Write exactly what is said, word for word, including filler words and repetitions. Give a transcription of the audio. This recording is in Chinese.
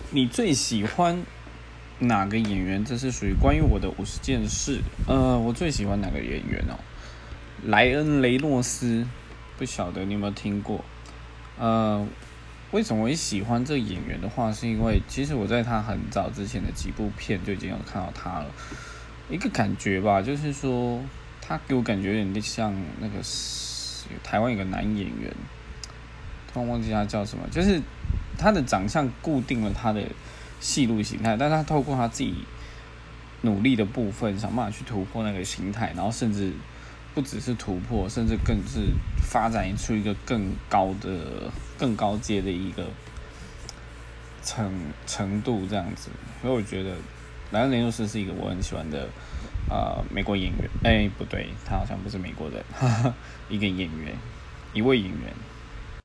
你最喜欢哪个演员？这是属于关于我的五十件事。呃，我最喜欢哪个演员哦？莱恩·雷诺斯，不晓得你有没有听过？呃，为什么会喜欢这个演员的话，是因为其实我在他很早之前的几部片就已经有看到他了。一个感觉吧，就是说他给我感觉有点像那个台湾有个男演员，突然忘记他叫什么，就是他的长相固定了他的戏路形态，但他透过他自己努力的部分，想办法去突破那个形态，然后甚至不只是突破，甚至更是发展出一个更高的、更高阶的一个程程度这样子。所以我觉得莱恩·雷诺斯是一个我很喜欢的呃美国演员。哎、欸，不对，他好像不是美国人，一个演员，一位演员。